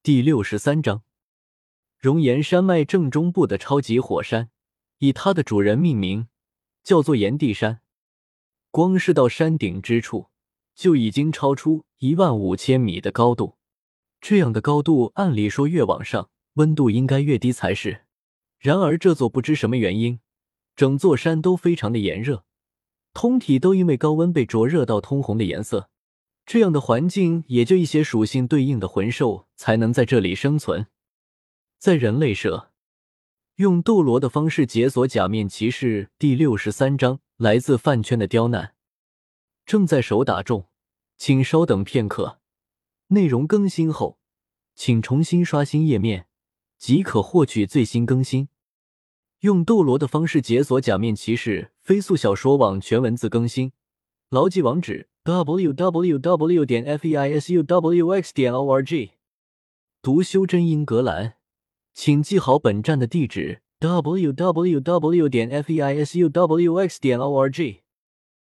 第63章，熔岩山脉正中部的超级火山，以它的主人命名，叫做炎帝山。光是到山顶之处，就已经超出15000米的高度。这样的高度，按理说越往上，温度应该越低才是。然而这座不知什么原因，整座山都非常的炎热，通体都因为高温被灼热到通红的颜色。这样的环境，也就一些属性对应的魂兽才能在这里生存。在人类社，用斗罗的方式解锁假面骑士第63章，来自饭圈的刁难，正在手打中，请稍等片刻。内容更新后，请重新刷新页面，即可获取最新更新。用斗罗的方式解锁假面骑士飞速小说网全文字更新，牢记网址 www.feisuwx.org。 读修真英格兰，请记好本站的地址 www.feisuwx.org。